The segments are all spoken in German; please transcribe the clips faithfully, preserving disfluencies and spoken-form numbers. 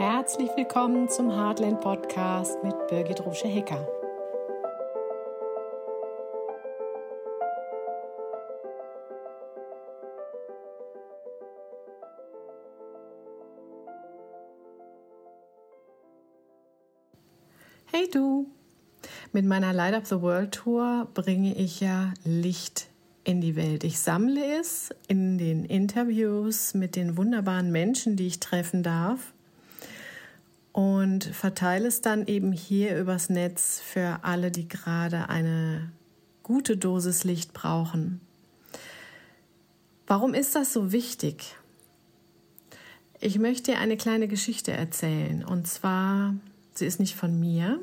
Herzlich willkommen zum Heartland Podcast mit Birgit Rusche-Hecker. Hey du! Mit meiner Light Up the World Tour bringe ich ja Licht in die Welt. Ich sammle es in den Interviews mit den wunderbaren Menschen, die ich treffen darf, und verteile es dann eben hier übers Netz für alle, die gerade eine gute Dosis Licht brauchen. Warum ist das so wichtig? Ich möchte dir eine kleine Geschichte erzählen, und zwar, sie ist nicht von mir.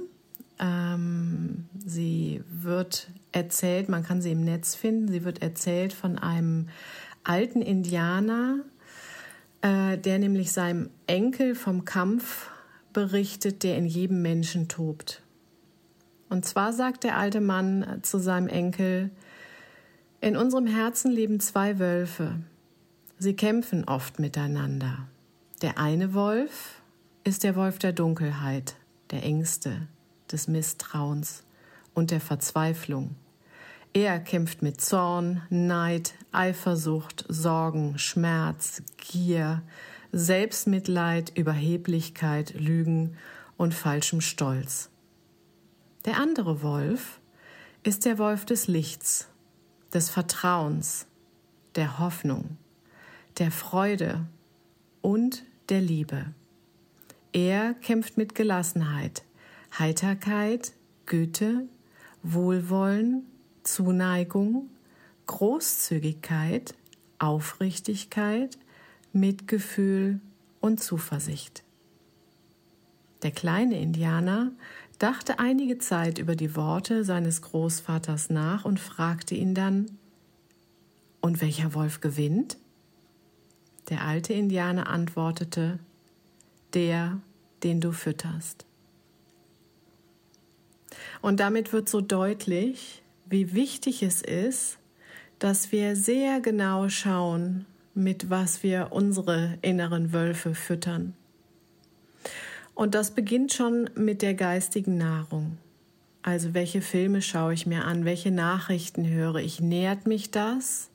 Ähm, sie wird erzählt, man kann sie im Netz finden, sie wird erzählt von einem alten Indianer, äh, der nämlich seinem Enkel vom Kampf berichtet, der in jedem Menschen tobt. Und zwar sagt der alte Mann zu seinem Enkel: In unserem Herzen leben zwei Wölfe. Sie kämpfen oft miteinander. Der eine Wolf ist der Wolf der Dunkelheit, der Ängste, des Misstrauens und der Verzweiflung. Er kämpft mit Zorn, Neid, Eifersucht, Sorgen, Schmerz, Gier, Selbstmitleid, Überheblichkeit, Lügen und falschem Stolz. Der andere Wolf ist der Wolf des Lichts, des Vertrauens, der Hoffnung, der Freude und der Liebe. Er kämpft mit Gelassenheit, Heiterkeit, Güte, Wohlwollen, Zuneigung, Großzügigkeit, Aufrichtigkeit, Mitgefühl und Zuversicht. Der kleine Indianer dachte einige Zeit über die Worte seines Großvaters nach und fragte ihn dann: Und welcher Wolf gewinnt? Der alte Indianer antwortete: Der, den du fütterst. Und damit wird so deutlich, wie wichtig es ist, dass wir sehr genau schauen, mit was wir unsere inneren Wölfe füttern. Und das beginnt schon mit der geistigen Nahrung. Also welche Filme schaue ich mir an, welche Nachrichten höre ich? Nährt mich das?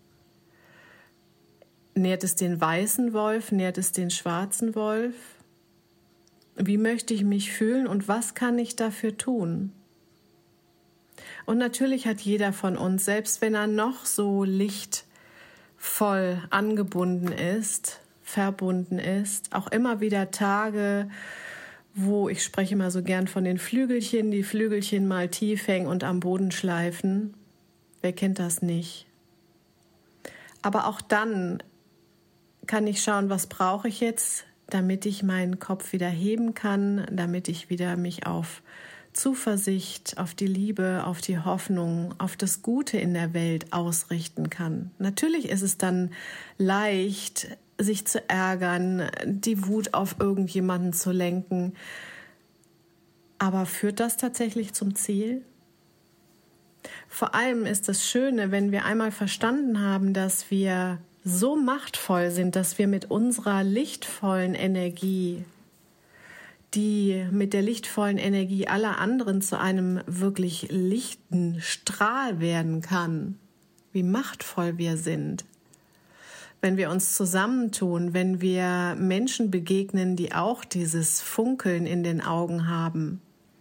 Nährt es den weißen Wolf? Nährt es den schwarzen Wolf? Wie möchte ich mich fühlen und was kann ich dafür tun? Und natürlich hat jeder von uns, selbst wenn er noch so lichtvoll angebunden ist, verbunden ist, auch immer wieder Tage, wo, ich spreche immer so gern von den Flügelchen, die Flügelchen mal tief hängen und am Boden schleifen. Wer kennt das nicht? Aber auch dann kann ich schauen, was brauche ich jetzt, damit ich meinen Kopf wieder heben kann, damit ich wieder mich auf Zuversicht, auf die Liebe, auf die Hoffnung, auf das Gute in der Welt ausrichten kann. Natürlich ist es dann leicht, sich zu ärgern, die Wut auf irgendjemanden zu lenken. Aber führt das tatsächlich zum Ziel? Vor allem ist das Schöne, wenn wir einmal verstanden haben, dass wir so machtvoll sind, dass wir mit unserer lichtvollen Energie, die mit der lichtvollen Energie aller anderen zu einem wirklich lichten Strahl werden kann, wie machtvoll wir sind. Wenn wir uns zusammentun, wenn wir Menschen begegnen, die auch dieses Funkeln in den Augen haben.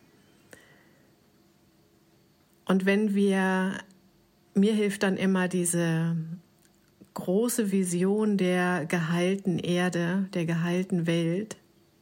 Und wenn wir, mir hilft dann immer diese große Vision der geheilten Erde, der geheilten Welt.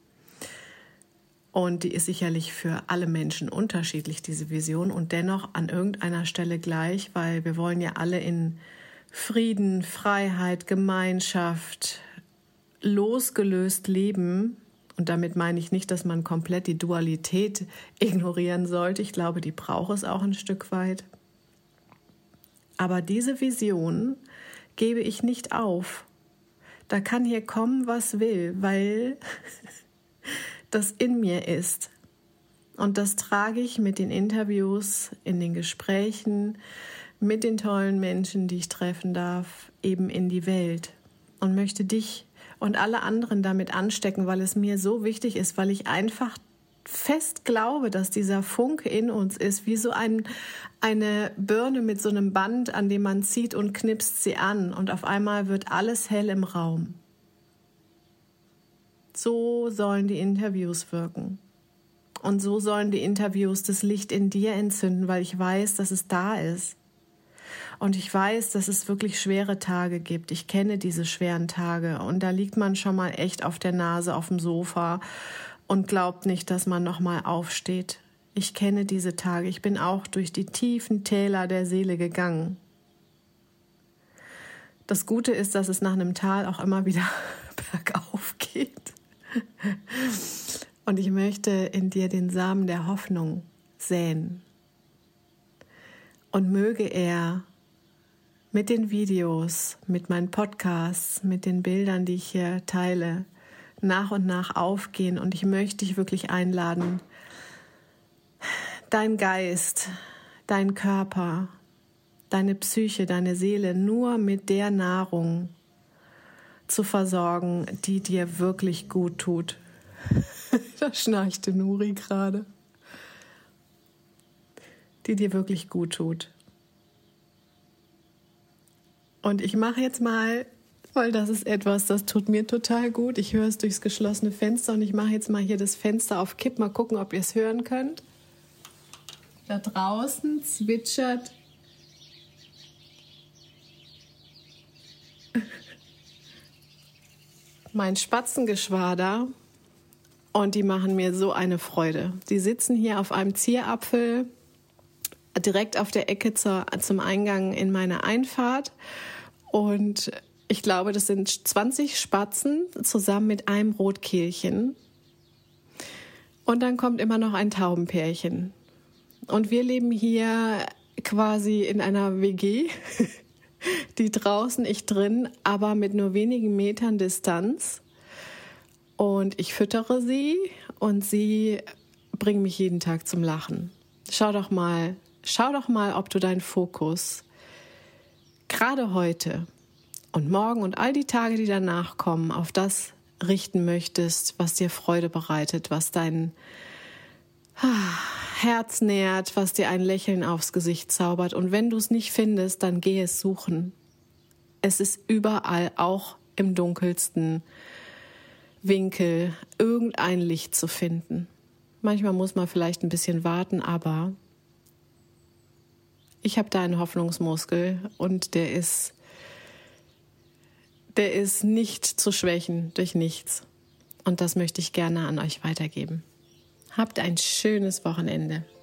Und die ist sicherlich für alle Menschen unterschiedlich, diese Vision, und dennoch an irgendeiner Stelle gleich, weil wir wollen ja alle in Frieden, Freiheit, Gemeinschaft, losgelöst leben. Und damit meine ich nicht, dass man komplett die Dualität ignorieren sollte. Ich glaube, die braucht es auch ein Stück weit. Aber diese Vision gebe ich nicht auf. Da kann hier kommen, was will, weil das in mir ist. Und das trage ich mit den Interviews, in den Gesprächen, mit den tollen Menschen, die ich treffen darf, eben in die Welt und möchte dich und alle anderen damit anstecken, weil es mir so wichtig ist, weil ich einfach fest glaube, dass dieser Funke in uns ist, wie so ein, eine Birne mit so einem Band, an dem man zieht und knipst sie an und auf einmal wird alles hell im Raum. So sollen die Interviews wirken. Und so sollen die Interviews das Licht in dir entzünden, weil ich weiß, dass es da ist. Und ich weiß, dass es wirklich schwere Tage gibt. Ich kenne diese schweren Tage. Und da liegt man schon mal echt auf der Nase auf dem Sofa und glaubt nicht, dass man noch mal aufsteht. Ich kenne diese Tage. Ich bin auch durch die tiefen Täler der Seele gegangen. Das Gute ist, dass es nach einem Tal auch immer wieder bergauf geht. Und ich möchte in dir den Samen der Hoffnung säen. Und möge er mit den Videos, mit meinen Podcasts, mit den Bildern, die ich hier teile, nach und nach aufgehen. Und ich möchte dich wirklich einladen, dein Geist, dein Körper, deine Psyche, deine Seele nur mit der Nahrung zu versorgen, die dir wirklich gut tut. Da schnarchte Nuri gerade. Die dir wirklich gut tut. Und ich mache jetzt mal, weil das ist etwas, das tut mir total gut. Ich höre es durchs geschlossene Fenster und ich mache jetzt mal hier das Fenster auf Kipp. Mal gucken, ob ihr es hören könnt. Da draußen zwitschert mein Spatzengeschwader und die machen mir so eine Freude. Die sitzen hier auf einem Zierapfel direkt auf der Ecke zur, zum Eingang in meine Einfahrt und ich glaube, das sind zwanzig Spatzen zusammen mit einem Rotkehlchen und dann kommt immer noch ein Taubenpärchen und wir leben hier quasi in einer W G, die draußen, ich drin, aber mit nur wenigen Metern Distanz und ich füttere sie und sie bringen mich jeden Tag zum Lachen. Schau doch mal, Schau doch mal, ob du deinen Fokus gerade heute und morgen und all die Tage, die danach kommen, auf das richten möchtest, was dir Freude bereitet, was dein Herz nährt, was dir ein Lächeln aufs Gesicht zaubert. Und wenn du es nicht findest, dann geh es suchen. Es ist überall, auch im dunkelsten Winkel, irgendein Licht zu finden. Manchmal muss man vielleicht ein bisschen warten, aber ich habe da einen Hoffnungsmuskel und der ist, der ist nicht zu schwächen durch nichts. Und das möchte ich gerne an euch weitergeben. Habt ein schönes Wochenende.